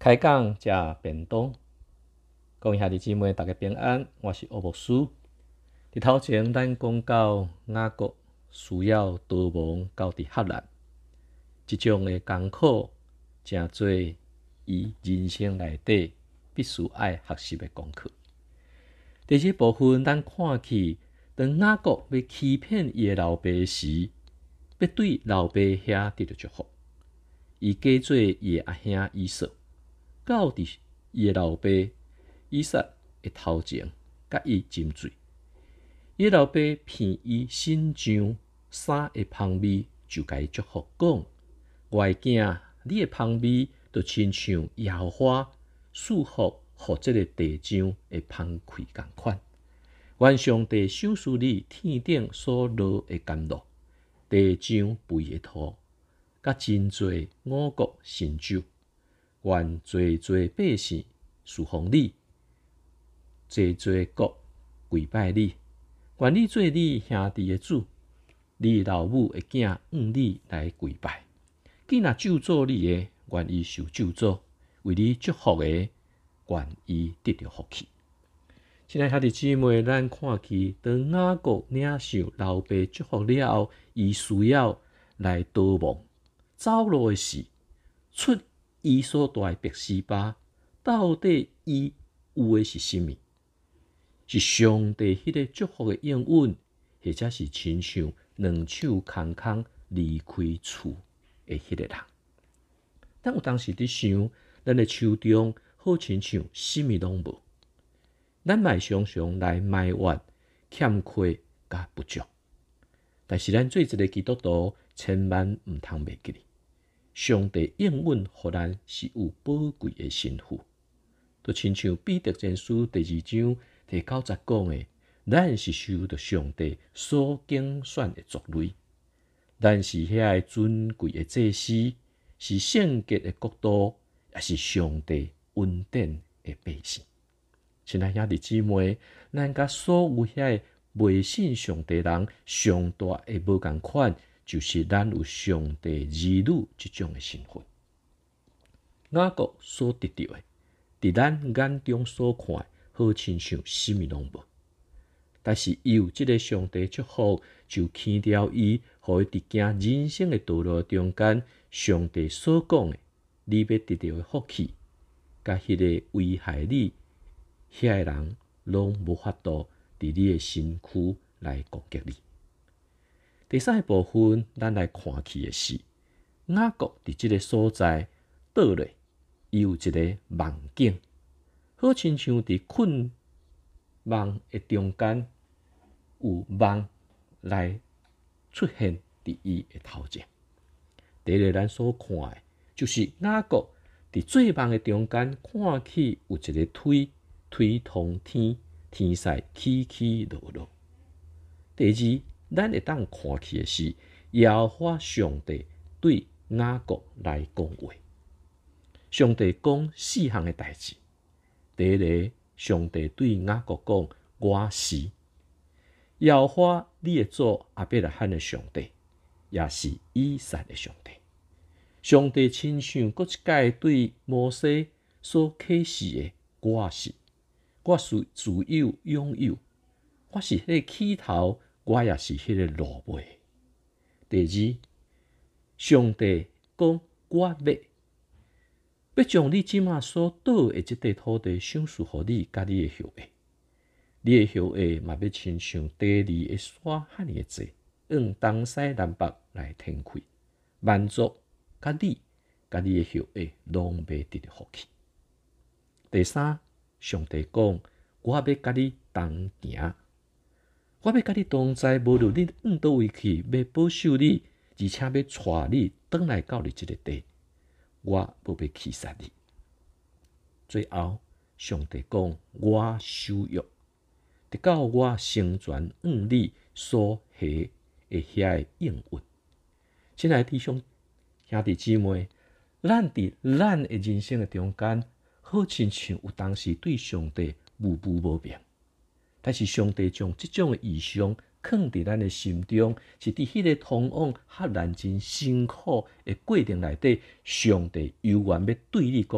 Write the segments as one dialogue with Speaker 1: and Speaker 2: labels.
Speaker 1: 开讲食便当，各位兄弟姊妹，大家平安。我是欧牧师。伫头前，咱讲到雅各需要逃亡到伫赫兰，即种的艰苦，诚做伊人生内底必须爱学习的功课。第二部分，咱看去，当雅各要欺骗伊的老爸时，要对老爸遐得到祝福。伊假做伊的阿兄以扫。到伫伊诶老爸以撒诶头前，甲伊斟水。伊老爸骗伊新酱衫诶香味，就甲伊祝福讲：我诶囝，你诶香味就亲像耶和华赐福互即个地上会芳开共款。愿上帝赏赐你天顶所落诶甘露，地上肥诶土，甲真侪五谷新酒。愿侪百姓侍奉你，侪国跪拜你。愿你做你兄弟的主，你老母的囝向你来跪拜。既若咒诅你的，愿伊受咒诅；为你祝福的，愿伊得到福气。亲爱兄弟姊妹，咱看去，当雅各领受老爸祝福了后，伊需要来逃亡。走路的时，出伊所住的别西巴，到底伊有的是甚物？是上帝迄个祝福的应允，或者是亲像两手空空离开厝的迄个人？咱有当时伫想，咱的手中好亲像甚物拢无，咱嘛常常来埋怨欠缺甲不足。但是咱做一个基督徒，千万毋通袂记哩。上帝应允互咱是有宝贵的身份，就亲像彼得前书第2章第9节讲的：咱是受到上帝所拣选的族类，咱是遐个尊贵的祭司，是圣洁的国度，也是上帝恩典的百姓。亲爱兄弟姊妹，咱甲所有遐个未信上帝人上大的无共款。就是咱有上帝儿女这种的身份。雅各所得到的，伫咱眼中所看，好亲像甚物拢无。但是伊有即个上帝祝福，就牵调伊，互伊伫行人生的道路中间，上帝所讲的，你要得到的福气，甲迄个危害你遐个人，拢无法度伫你的身躯来攻击你。第三部分，咱来看去的是雅各伫即个所在倒咧，伊有一个梦境，好亲像伫困梦的中间有梦来出现伫伊的头前。第一个咱所看的，就是雅各伫做梦的中间看起有一个推通天，天势起起落落。第二，咱会当看起的是耶和华上帝对雅各来讲话。上帝讲4项的代志。第一个，上帝对雅各讲：我是耶和华你的祖亚伯拉罕的上帝，也是以撒的上帝。上帝亲像搁一届对摩西所启示的：我是自有拥有，我是迄个起头。我也是迄个落尾。第二，上帝讲：我要将你即马所倒的即块土地赏赐互你，甲你的后裔。你的后裔嘛要亲像地里的沙遐尼济，往东西南北来天开，万族甲你的后裔拢要得到福气。第三，上帝讲：我要甲你同行。我要甲你同在，无论你往倒位去，要保守你，而且要带你转来到你这个地，我无要弃杀你。最后，上帝讲：我守约，直到我成全往你所下的遐个应允。亲爱的弟兄兄弟姊妹，咱伫咱的人生的中间，好亲像有当时对上帝无明。但是上帝将这种的意象放伫咱的心中，是伫迄个通往赫然真辛苦的过程内底，上帝犹原要对你讲话，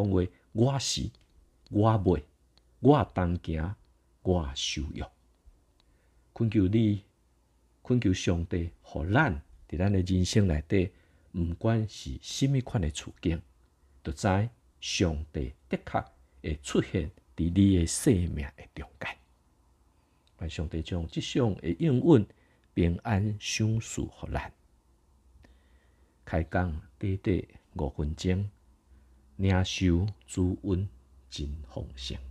Speaker 1: 我是，我袂，我当行，我受用。恳求你，恳求上帝，互咱伫咱的人生内底，毋管是甚物款的处境，就知上帝的确会出现伫你的生命的中间。愿上帝将即种的应允、平安赏赐互咱。开讲短短5分钟，领受主恩真丰盛。